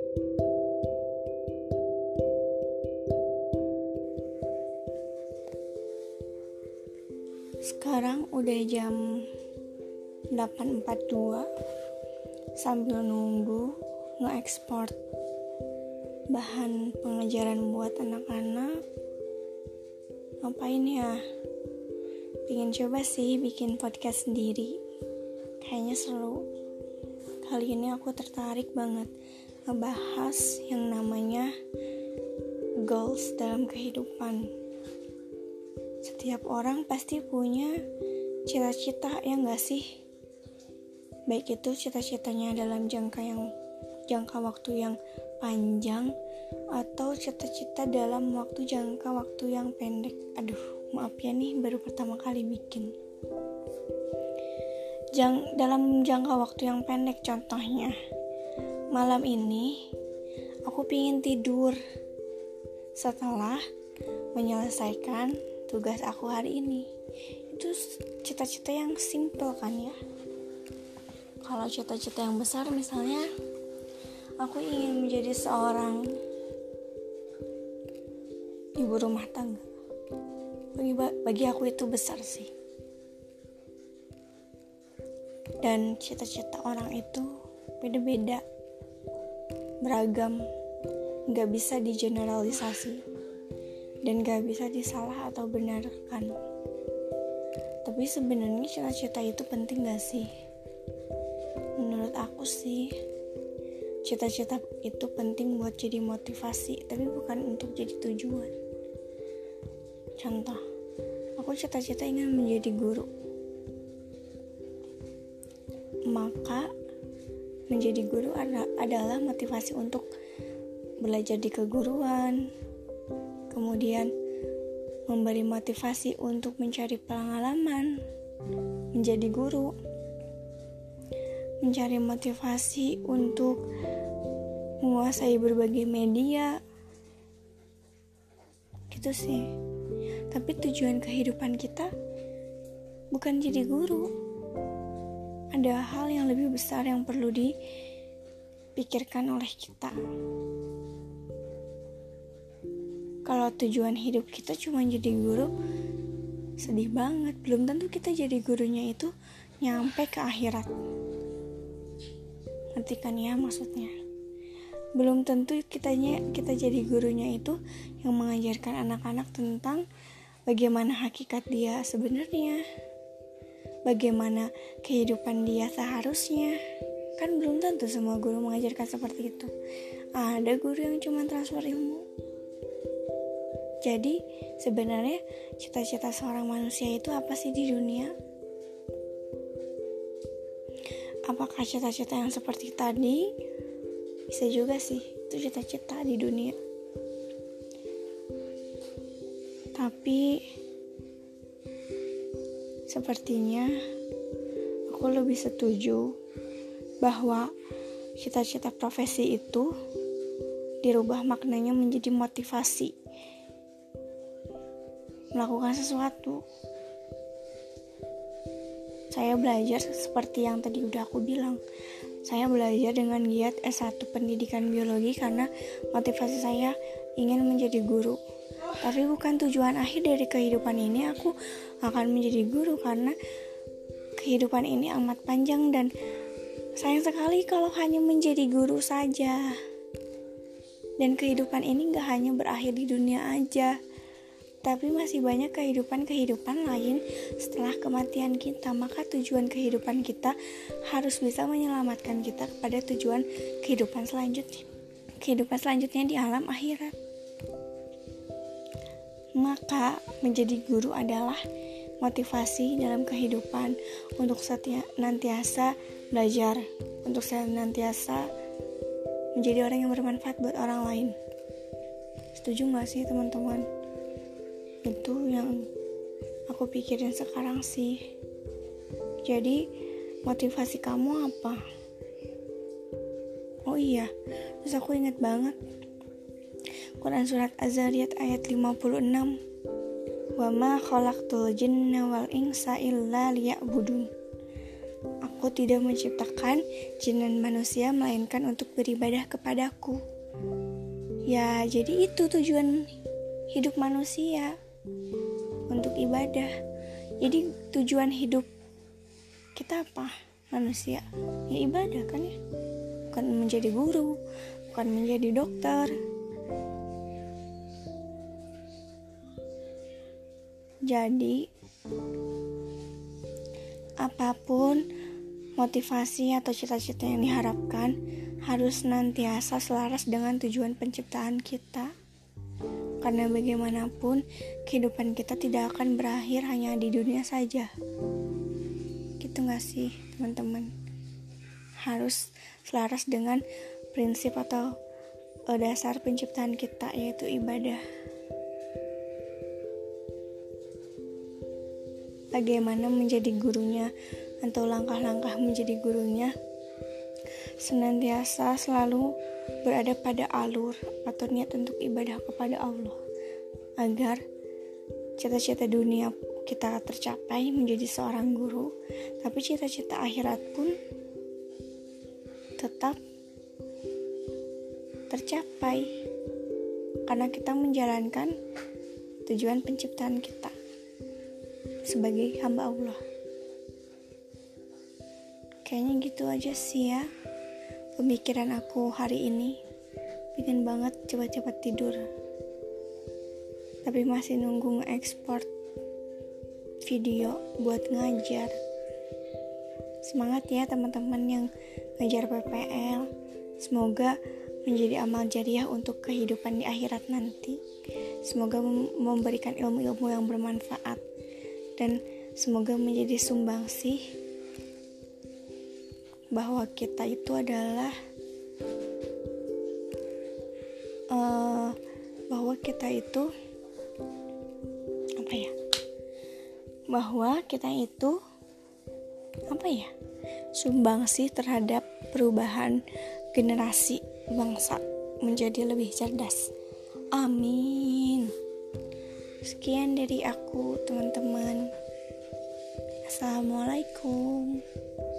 Sekarang udah jam 8.42. Sambil nunggu nge-export bahan pengajaran buat anak-anak. Ngapain ya? Pengen coba sih bikin podcast sendiri. Kayaknya seru. Kali ini aku tertarik banget ngebahas yang namanya goals dalam kehidupan. Setiap orang pasti punya cita-cita, ya gak sih? Baik itu cita-citanya dalam jangka waktu yang panjang atau cita-cita dalam jangka waktu yang pendek. Maaf ya nih, baru pertama kali bikin. Dalam jangka waktu yang pendek, contohnya malam ini aku pengen tidur setelah menyelesaikan tugas aku hari ini. Itu cita-cita yang simple kan ya. Kalau cita-cita yang besar, misalnya aku ingin menjadi seorang ibu rumah tangga. Bagi aku itu besar sih. Dan cita-cita orang itu beda-beda, beragam, gak bisa digeneralisasi dan gak bisa disalah atau benarkan. Tapi sebenarnya cita-cita itu penting gak sih? Menurut aku sih, cita-cita itu penting buat jadi motivasi, tapi bukan untuk jadi tujuan. Contoh, aku cita-cita ingin menjadi guru. Maka menjadi guru adalah motivasi untuk belajar di keguruan, kemudian memberi motivasi untuk mencari pengalaman menjadi guru, mencari motivasi untuk menguasai berbagai media, gitu sih. Tapi tujuan kehidupan kita bukan jadi guru. Ada hal yang lebih besar yang perlu dipikirkan oleh kita. Kalau tujuan hidup kita cuma jadi guru, sedih banget. Belum tentu kita jadi gurunya itu nyampe ke akhirat. Nanti kan ya maksudnya. Belum tentu kita jadi gurunya itu yang mengajarkan anak-anak tentang bagaimana hakikat dia sebenarnya, bagaimana kehidupan dia seharusnya. Kan belum tentu semua guru mengajarkan seperti itu. Ada guru yang cuma transfer ilmu. Jadi sebenarnya cita-cita seorang manusia itu apa sih di dunia? Apakah cita-cita yang seperti tadi? Bisa juga sih, itu cita-cita di dunia. Tapi sepertinya aku lebih setuju bahwa cita-cita profesi itu dirubah maknanya menjadi motivasi melakukan sesuatu. Saya belajar seperti yang tadi udah aku bilang. Saya belajar dengan giat S1 pendidikan biologi karena motivasi saya ingin menjadi guru. Tapi bukan tujuan akhir dari kehidupan ini aku akan menjadi guru, karena kehidupan ini amat panjang dan sayang sekali kalau hanya menjadi guru saja. Dan kehidupan ini gak hanya berakhir di dunia aja, tapi masih banyak kehidupan lain setelah kematian kita. Maka tujuan kehidupan kita harus bisa menyelamatkan kita kepada tujuan kehidupan selanjutnya di alam akhirat. Maka menjadi guru adalah motivasi dalam kehidupan untuk senantiasa belajar, untuk senantiasa menjadi orang yang bermanfaat buat orang lain. Setuju gak sih teman-teman? Itu yang aku pikirin sekarang sih. Jadi motivasi kamu apa? Oh iya, terus aku ingat banget Quran surat Az-Zariyat ayat 56. Wa ma khalaqtul jinna wal insa illa liya'budun. Aku Aku tidak menciptakan jin dan manusia melainkan untuk beribadah kepadaku. Ya, jadi itu tujuan hidup manusia, untuk ibadah. Jadi tujuan hidup kita apa? Manusia. Ya ibadah kan ya. Bukan menjadi guru, bukan menjadi dokter. Jadi apapun motivasi atau cita-cita yang diharapkan harus senantiasa selaras dengan tujuan penciptaan kita. Karena bagaimanapun kehidupan kita tidak akan berakhir hanya di dunia saja. Gitu gak sih teman-teman? Harus selaras dengan prinsip atau dasar penciptaan kita, yaitu ibadah. Bagaimana menjadi gurunya atau langkah-langkah menjadi gurunya? Senantiasa selalu berada pada alur atau niat untuk ibadah kepada Allah, agar cita-cita dunia kita tercapai menjadi seorang guru, tapi cita-cita akhirat pun tetap tercapai karena kita menjalankan tujuan penciptaan kita sebagai hamba Allah. Kayaknya gitu aja sih ya pemikiran aku hari ini. Pengen banget cepat-cepat tidur, tapi masih nunggu nge-export video buat ngajar. Semangat ya teman-teman yang ngajar PPL. Semoga menjadi amal jariah untuk kehidupan di akhirat nanti. Semoga memberikan ilmu-ilmu yang bermanfaat, dan semoga menjadi sumbangsih bahwa kita itu adalah bahwa kita itu sumbangsih terhadap perubahan generasi bangsa menjadi lebih cerdas. Amin. Sekian dari aku teman-teman. Assalamualaikum.